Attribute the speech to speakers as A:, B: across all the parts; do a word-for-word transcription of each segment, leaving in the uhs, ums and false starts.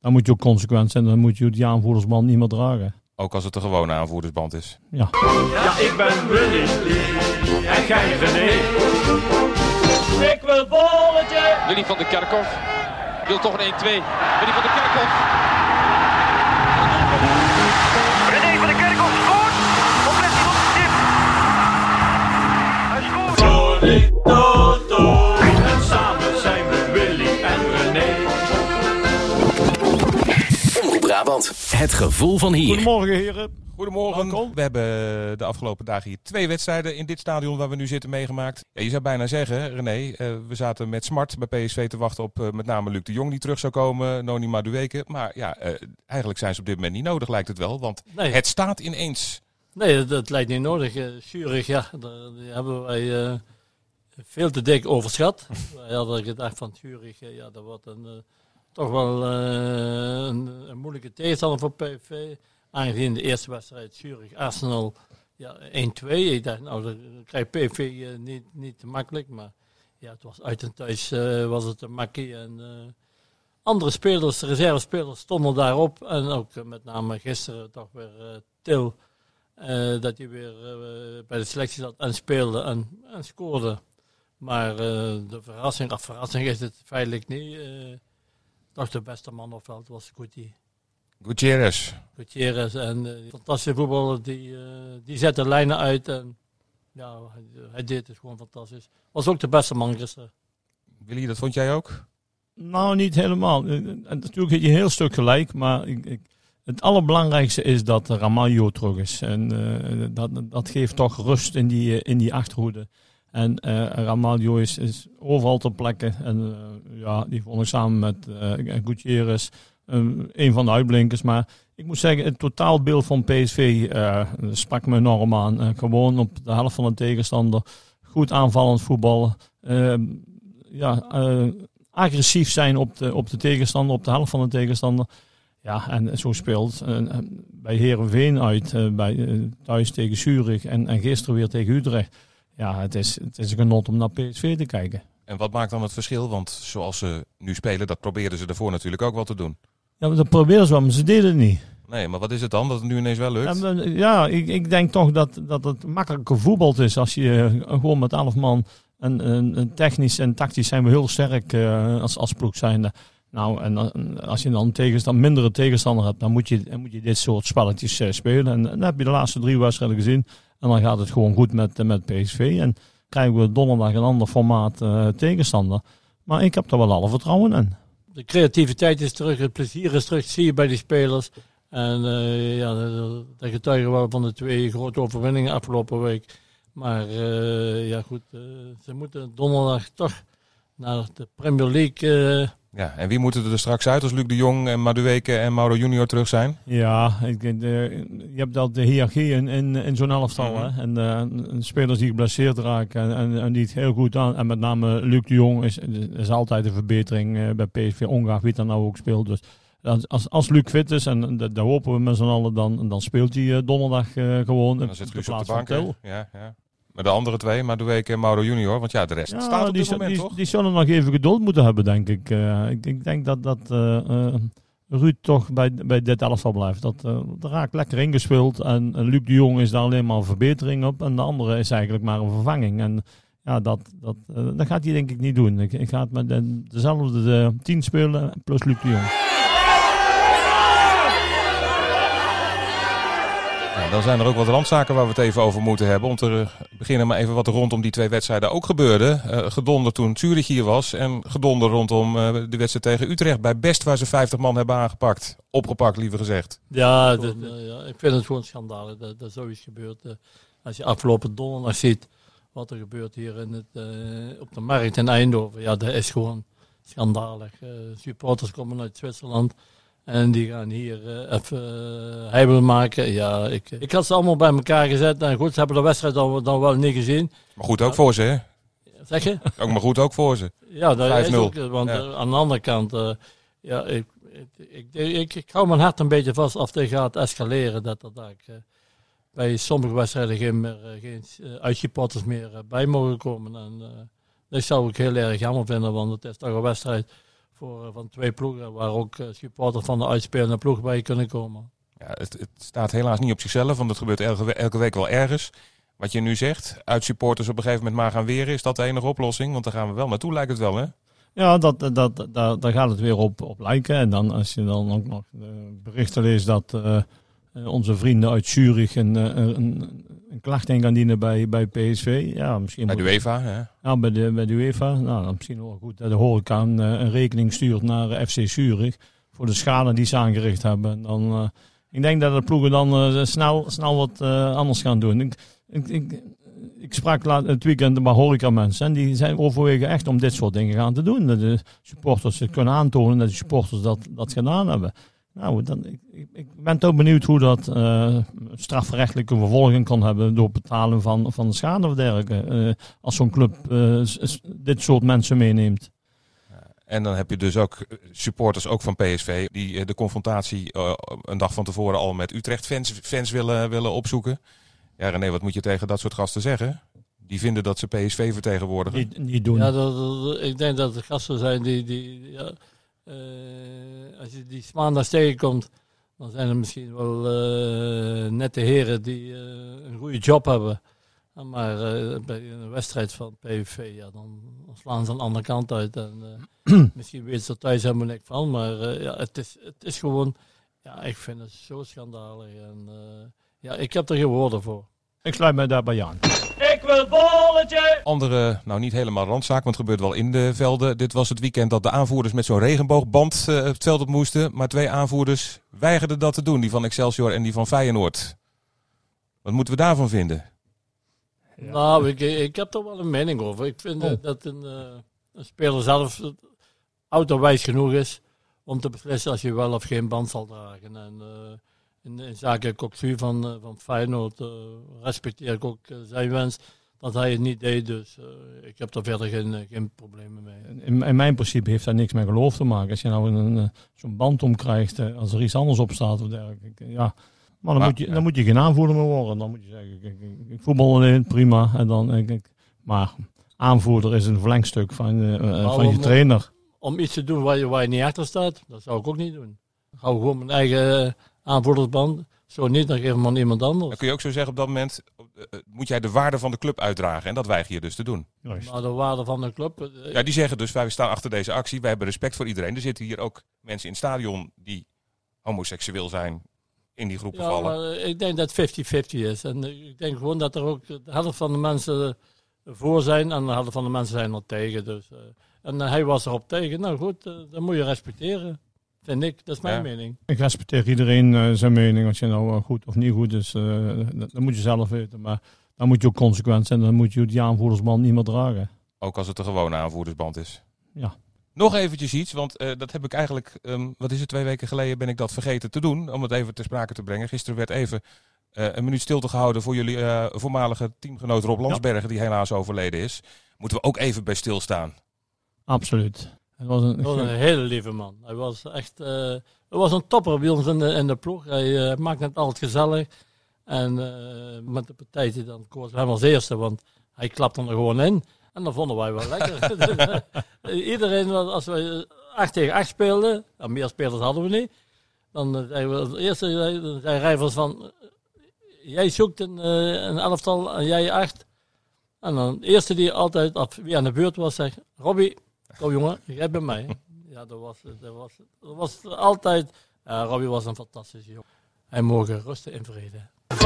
A: dan moet je ook consequent zijn. Dan moet je die aanvoerdersband niet meer dragen.
B: Ook als het een gewone aanvoerdersband is.
A: Ja.
C: Ja, ik ben Willy en jij René. Ik wil bolletje.
D: Willy van der Kerkhof wil toch een één twee. Willy van der Kerkhof.
E: René van der Kerkhof scoort. Of let hij op de stip. Hij scoort.
C: Sorry, Toto. En samen zijn we Willy en René.
F: Omroep Brabant. Het gevoel van hier.
A: Goedemorgen heren.
B: Goedemorgen.
A: Welkom.
B: We hebben de afgelopen dagen hier twee wedstrijden in dit stadion waar we nu zitten meegemaakt. Ja, je zou bijna zeggen, René, uh, we zaten met smart bij P S V te wachten op uh, met name Luc de Jong die terug zou komen, Noni Madueke. Maar ja, uh, eigenlijk zijn ze op dit moment niet nodig, lijkt het wel. Want
G: Nee.
B: het staat ineens.
G: Nee, dat, dat lijkt niet nodig. Uh, Zurich, ja, daar die hebben wij uh, veel te dik overschat. Wij hadden gedacht van Zurich, uh, ja, dat wordt een, uh, toch wel uh, een, een moeilijke tegenstander voor P S V. Aangezien de eerste wedstrijd Zurich-Arsenal ja, één twee. Ik dacht, nou, dan krijgt P S V uh, niet, niet te makkelijk. Maar ja, het was uit en thuis uh, was het te makkie. En uh, andere spelers, de reservespelers, stonden daarop. En ook uh, met name gisteren toch weer uh, Til. Uh, dat hij weer uh, bij de selectie zat en speelde en, en scoorde. Maar uh, de verrassing, of verrassing is het feitelijk niet. Uh, toch de beste man op het veld was Guti.
B: Gutierrez.
G: Gutierrez en uh, fantastische voetballer, die, uh, die zette lijnen uit. En ja, hij, hij deed het gewoon fantastisch. Was ook de beste man gisteren.
B: Willy, dat vond jij ook?
A: Nou, niet helemaal. En natuurlijk heb je een heel stuk gelijk, maar ik, ik, het allerbelangrijkste is dat Ramalho terug is. En uh, dat, dat geeft toch rust in die, uh, in die achterhoede. En uh, Ramalho is, is overal ter plekke. En uh, ja, die vond ik samen met uh, Gutierrez uh, een van de uitblinkers. Maar ik moet zeggen, het totaalbeeld van P S V uh, sprak me enorm aan. Uh, gewoon op de helft van de tegenstander. Goed aanvallend voetballen. Uh, ja, uh, agressief zijn op de, op de tegenstander, op de helft van de tegenstander. Ja, en zo speelt uh, bij Heerenveen uit, uh, bij, uh, thuis tegen Zurich en, en gisteren weer tegen Utrecht. Ja, het is, het is een genot om naar P S V te kijken.
B: En wat maakt dan het verschil? Want zoals ze nu spelen, dat probeerden ze daarvoor natuurlijk ook wel te doen.
A: Ja, dat proberen ze wel, maar ze deden het niet.
B: Nee, maar wat is het dan dat het nu ineens wel lukt?
A: Ja, ja ik, ik denk toch dat, dat het makkelijker voetbald is als je uh, gewoon met elf man en, en, en technisch en tactisch zijn we heel sterk uh, als, als ploeg zijnde. Nou, en uh, als je dan tegenstander, mindere tegenstander hebt, dan moet je, dan moet je dit soort spelletjes uh, spelen. En, en dan heb je de laatste drie wedstrijden gezien. En dan gaat het gewoon goed met, uh, met P S V. En krijgen we donderdag een ander formaat uh, tegenstander. Maar ik heb er wel alle vertrouwen in.
G: De creativiteit is terug, het plezier is terug, zie je bij die spelers. En uh, ja, dat getuigen wel van de twee grote overwinningen afgelopen week. Maar uh, ja goed, uh, ze moeten donderdag toch naar de Premier League. Uh,
B: Ja, en wie moeten er straks uit als Luc de Jong en Madueke en Mauro Junior terug zijn?
A: Ja, ik, de, je hebt dat de hiërarchie in, in, in zo'n elftal.
B: Mm-hmm.
A: Hè? En uh, spelers die geblesseerd raken en, en, en die het heel goed aan. En met name Luc de Jong is, is altijd een verbetering uh, bij P S V, ongeacht wie er nou ook speelt. Dus als, als Luc fit is, en dat, dat hopen we met z'n allen, dan, dan speelt hij uh, donderdag uh, gewoon
B: En
A: in
B: dan zit
A: de
B: Guus op
A: plaats
B: de
A: van
B: bank.
A: Til.
B: hè? Ja, ja. Maar de andere twee, Madueke en Mauro Junior, want ja, de rest
A: Ja,
B: staat op
A: die,
B: dit moment
A: die,
B: toch?
A: die zullen nog even geduld moeten hebben, denk ik. Uh, ik, ik denk dat, dat uh, uh, Ruud toch bij, bij dit elftal blijft. Dat, uh, dat raakt lekker ingespeeld. En uh, Luc de Jong is daar alleen maar een verbetering op. En de andere is eigenlijk maar een vervanging. En ja, dat, dat, uh, dat gaat hij denk ik niet doen. Ik, ik ga het met de, dezelfde de, tien spelen plus Luc de Jong.
B: Ja, dan zijn er ook wat randzaken waar we het even over moeten hebben. Om te beginnen maar even wat er rondom die twee wedstrijden ook gebeurde. Uh, gedonder toen Zurich hier was. En gedonder rondom uh, de wedstrijd tegen Utrecht. Bij Best waar ze vijftig man hebben aangepakt. Opgepakt, liever gezegd.
G: ja, dat, uh, ja, ik vind het gewoon schandalig dat, dat zoiets gebeurt. Uh, als je afgelopen donderdag ziet wat er gebeurt hier in het, uh, op de markt in Eindhoven. Ja, dat is gewoon schandalig. Uh, supporters komen uit Zwitserland. En die gaan hier uh, even uh, heibel maken. Ja, ik, ik had ze allemaal bij elkaar gezet. En goed, ze hebben de wedstrijd dan, dan wel niet gezien.
B: Maar goed ook voor ze, hè?
G: Zeg je?
B: Ook maar goed ook voor ze.
G: Ja, dat
B: vijf nul.
G: is ook. Want
B: Ja.
G: uh, aan de andere kant, uh, ja, ik, ik, ik, ik, ik hou mijn hart een beetje vast of dit gaat escaleren. Dat er daar, uh, bij sommige wedstrijden geen, meer, uh, geen uh, uitsupporters meer uh, bij mogen komen. En uh, dat zou ik heel erg jammer vinden, want het is toch een wedstrijd voor, van twee ploegen, waar ook uh, supporters van de uitspelende ploeg bij kunnen komen.
B: Ja, het, het staat helaas niet op zichzelf, want het gebeurt elke, elke week wel ergens. Wat je nu zegt, uit supporters op een gegeven moment maar gaan weren, is dat de enige oplossing? Want daar gaan we wel naartoe, lijkt het wel, hè?
A: Ja, dat, dat, dat, daar, daar gaat het weer op, op lijken. En dan als je dan ook nog uh, berichten leest dat uh, onze vrienden uit Zurich een, een, een klacht in gaan dienen bij, bij P S V. Ja, misschien
B: bij de UEFA, hè?
A: Ja, bij de, bij de UEFA. Nou, dan misschien wel goed dat de horeca een, een rekening stuurt naar F C Zurich voor de schade die ze aangericht hebben. En dan, uh, ik denk dat de ploegen dan uh, snel, snel wat uh, anders gaan doen. Ik, ik, ik, ik sprak laat, het weekend met horecamensen en die zijn overwegen echt om dit soort dingen gaan te doen. Dat de supporters kunnen aantonen dat de supporters dat, dat gedaan hebben. Nou, dan, ik, ik, ik ben toch benieuwd hoe dat uh, strafrechtelijke vervolging kan hebben door het betalen van, van de schade of dergelijke. Uh, als zo'n club uh, dit soort mensen meeneemt.
B: En dan heb je dus ook supporters ook van P S V die de confrontatie uh, een dag van tevoren al met Utrecht fans, fans willen, willen opzoeken. Ja, René, wat moet je tegen dat soort gasten zeggen? Die vinden dat ze P S V vertegenwoordigen.
A: Niet, niet doen.
G: Ja, dat, dat, ik denk dat er gasten zijn die... die ja, uh, als je die maandags tegenkomt, dan zijn er misschien wel uh, nette heren die uh, een goede job hebben. Maar uh, bij een wedstrijd van P S V, ja, dan slaan ze aan de andere kant uit. En, uh, misschien weten ze er thuis helemaal niks van. Maar uh, ja, het, is, het is gewoon... Ja, ik vind het zo schandalig. En, uh, ja, ik heb er geen woorden voor.
A: Ik sluit mij daarbij aan.
C: Ik wil bolletje!
B: Andere, nou niet helemaal randzaak, want het gebeurt wel in de velden. Dit was het weekend dat de aanvoerders met zo'n regenboogband uh, het veld op moesten. Maar twee aanvoerders weigerden dat te doen. Die van Excelsior en die van Feyenoord. Wat moeten we daarvan vinden?
G: Ja. Nou, ik, ik heb er wel een mening over. Ik vind oh. dat een, uh, een speler zelf autowijs genoeg is om te beslissen als je wel of geen band zal dragen. En uh, in, in zaken Coxu van, uh, van Feyenoord uh, respecteer ik ook uh, zijn wens dat hij het niet deed. Dus uh, ik heb er verder geen, uh, geen problemen mee.
A: In, in mijn principe heeft dat niks met geloof te maken. Als je nou een, een, zo'n band omkrijgt, uh, als er iets anders op staat of dergelijke. Ja. Maar dan, maar, moet je, ja. dan moet je geen aanvoerder meer worden. Dan moet je zeggen, ik, ik, ik voetbal alleen, prima. En dan, ik, ik, maar aanvoerder is een verlengstuk van, uh, van je om, trainer.
G: Om iets te doen waar je, waar je niet achter staat, dat zou ik ook niet doen. Hou gewoon mijn eigen uh, aanvoerdersband. Zo niet, dan geef hem aan iemand anders.
B: Dan kun je ook zo zeggen, op dat moment uh, moet jij de waarde van de club uitdragen. En dat weiger je dus te doen.
G: Maar de waarde van de club... Uh,
B: ja, die zeggen dus, wij staan achter deze actie. Wij hebben respect voor iedereen. Er zitten hier ook mensen in het stadion die homoseksueel zijn. In die groepen
G: ja,
B: vallen.
G: Maar ik denk dat het vijftig vijftig is. En ik denk gewoon dat er ook de helft van de mensen voor zijn en de helft van de mensen zijn er tegen. Dus, uh, en uh, hij was erop tegen. Nou goed, uh, dat moet je respecteren. Vind ik. Dat is mijn ja. mening.
A: Ik respecteer iedereen uh, zijn mening. Als je nou uh, goed of niet goed is, uh, dat, dat moet je zelf weten. Maar dan moet je ook consequent zijn. Dan moet je die aanvoerdersband niet meer dragen.
B: Ook als het een gewone aanvoerdersband is.
A: Ja.
B: Nog eventjes iets, want uh, dat heb ik eigenlijk, um, wat is het, twee weken geleden ben ik dat vergeten te doen. Om het even ter sprake te brengen. Gisteren werd even uh, een minuut stilte gehouden voor jullie uh, voormalige teamgenoot Rob Landsbergen, ja. die helaas overleden is. Moeten we ook even bij stilstaan.
A: Absoluut. Het was een,
G: het was een hele lieve man. Hij was echt, uh, hij was een topper bij ons in de, in de ploeg. Hij uh, maakte het altijd gezellig. En uh, met de partij dan koos hem als eerste, want hij klapte er gewoon in. En dat vonden wij wel lekker. Iedereen, als we acht tegen acht speelden, en meer spelers hadden we niet, dan zei we het eerste, zei Rijvers van, jij zoekt een, een elftal en jij acht. En dan de eerste die altijd, of wie aan de beurt was, zegt, Robbie, kom jongen, jij bij mij. Ja, dat was, dat was, dat was altijd, uh, Robbie was een fantastische jongen. Hij mogen rusten in vrede.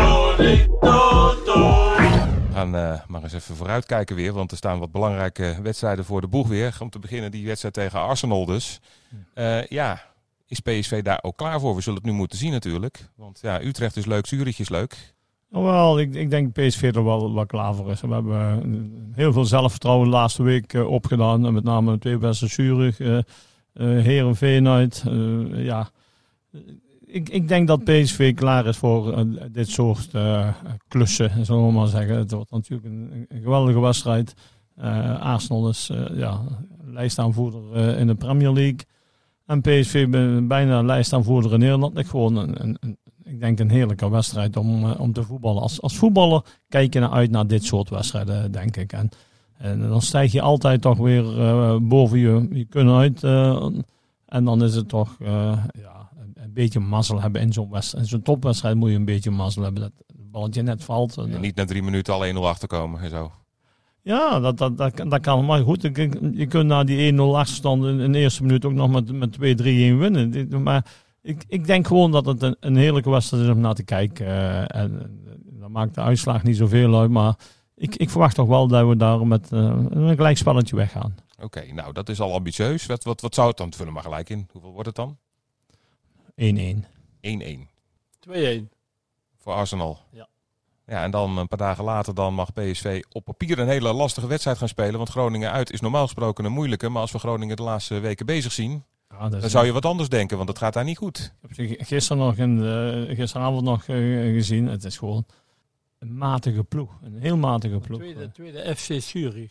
B: We gaan uh, maar eens even vooruitkijken weer, want er staan wat belangrijke wedstrijden voor de boeg weer. Om te beginnen die wedstrijd tegen Arsenal dus. Uh, ja, is P S V daar ook klaar voor? We zullen het nu moeten zien natuurlijk. Want ja, Utrecht is leuk, Zurich is leuk.
A: Oh, wel, ik, ik denk P S V er wel, wel klaar voor is. We hebben heel veel zelfvertrouwen de laatste week uh, opgedaan. Met name de twee beste Zurich, uh, uh, Heerenveen uit. Uh, ja... Ik, ik denk dat P S V klaar is voor uh, dit soort uh, klussen, zullen we maar zeggen. Het wordt natuurlijk een, een geweldige wedstrijd. Uh, Arsenal is uh, ja, lijstaanvoerder uh, in de Premier League. En P S V bijna lijstaanvoerder in Nederland. Ik, gewoon een, een, een, ik denk een heerlijke wedstrijd om, uh, om te voetballen. Als, als voetballer kijk je naar uit naar dit soort wedstrijden, denk ik. En En dan stijg je altijd toch weer uh, boven je, je kunnen uit. Uh, en dan is het toch uh, ja, een, een beetje mazzel hebben in zo'n wedstrijd. In zo'n topwedstrijd moet je een beetje mazzel hebben dat het balletje net valt.
B: En niet na drie minuten al één nul achterkomen en zo.
A: Ja, dat, dat, dat, dat kan. Maar goed, je kunt na die één nul achterstand in, in de eerste minuut ook nog met, met twee drie-een winnen. Maar ik, ik denk gewoon dat het een, een heerlijke wedstrijd is om naar te kijken. Uh, en, en dat maakt de uitslag niet zoveel uit. Maar ik, ik verwacht toch wel dat we daar met uh, een gelijkspelletje weggaan.
B: Oké, okay, nou dat is al ambitieus. Wat, wat, wat zou het dan? Vullen maar gelijk in. Hoeveel wordt het dan?
A: één-één.
B: één-één.
G: twee-één.
B: Voor Arsenal.
G: Ja.
B: Ja, en dan een paar dagen later dan mag P S V op papier een hele lastige wedstrijd gaan spelen. Want Groningen uit is normaal gesproken een moeilijke. Maar als we Groningen de laatste weken bezig zien, ja, dan zou je wat anders denken. Want het gaat daar niet goed.
A: Ik heb gisteren nog in de, gisteravond nog uh, gezien. Het is gewoon een matige ploeg. Een heel matige ploeg.
G: Tweede, tweede F C Zurich.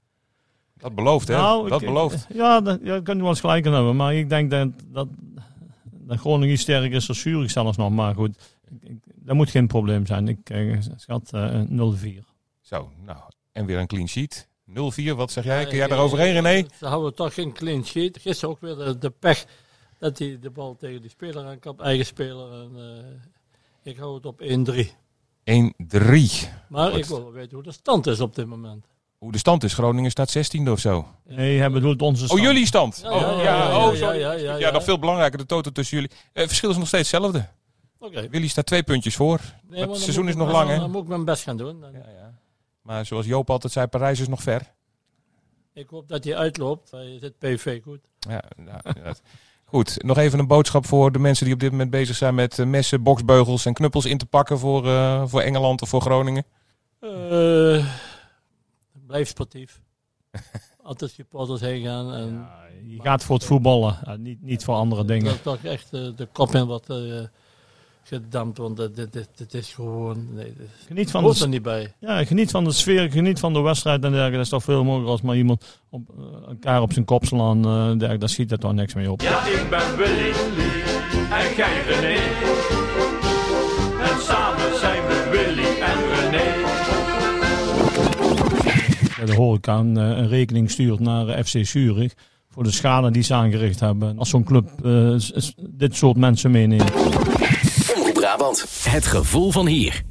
B: Dat belooft, hè?
A: Nou,
B: dat
A: ik,
B: belooft.
A: Ja, dat, ja, dat kan je wel eens gelijk aan hebben. Maar ik denk dat, dat, dat Groningen sterker is dan Zurich zelfs nog. Maar goed, ik, ik, dat moet geen probleem zijn. Ik uh, schat uh, nul vier.
B: Zo, nou. En weer een clean sheet. nul vier, wat zeg jij? Kun jij daar overheen, René?
G: Ze houden toch geen clean sheet. Gisteren ook weer de, de pech dat hij de bal tegen die speler aan kan. Eigen speler. En, uh, ik hou het op één drie.
B: één drie.
G: Maar
B: Goed.
G: ik wil wel weten hoe de stand is op dit moment.
B: Hoe de stand is. Groningen staat zestiende of zo.
A: Nee, hij bedoelt onze stand.
B: Oh, jullie stand.
G: Ja,
B: Oh,
G: ja,
B: ja,
G: ja,
B: oh,
G: ja,
B: sorry.
G: ja, ja, ja,
B: Ja,
G: ja.
B: nog veel belangrijker. De totaal tussen jullie. Het uh, verschil is nog steeds hetzelfde.
G: Oké. Okay.
B: Willy staat twee puntjes voor.
G: Nee,
B: het seizoen is nog
G: ik,
B: lang,
G: dan,
B: hè?
G: Dan moet ik mijn best gaan doen. Dan.
B: Ja, ja. Maar zoals Joop altijd zei, Parijs is nog ver.
G: Ik hoop dat hij uitloopt. Hij zit P V goed.
B: Ja, nou, inderdaad. Goed, nog even een boodschap voor de mensen die op dit moment bezig zijn met uh, messen, boksbeugels en knuppels in te pakken voor, uh, voor Engeland of voor Groningen.
G: Uh, blijf sportief. Altijd supporters heen gaan. En
A: ja, je gaat voor het voetballen, uh, niet, niet voor andere dingen.
G: Dat toch echt uh, de kop in wat uh, gedampt, want dit, dit, dit, dit is gewoon... Nee, dit
A: geniet van
G: hoort
A: de,
G: er niet bij.
A: Ja, geniet van de sfeer, geniet van de wedstrijd en dergelijke. Dat is toch veel mooier als maar iemand op, uh, elkaar op zijn kop slaan. Uh, dergelijke. Daar schiet er toch niks mee op.
C: Ja, ik ben Willy en jij René. En samen zijn we Willy en René.
A: De horeca een, een rekening stuurt naar F C Zurich voor de schade die ze aangericht hebben. Als zo'n club uh, dit soort mensen meeneemt.
F: Omroep Brabant, het gevoel van hier.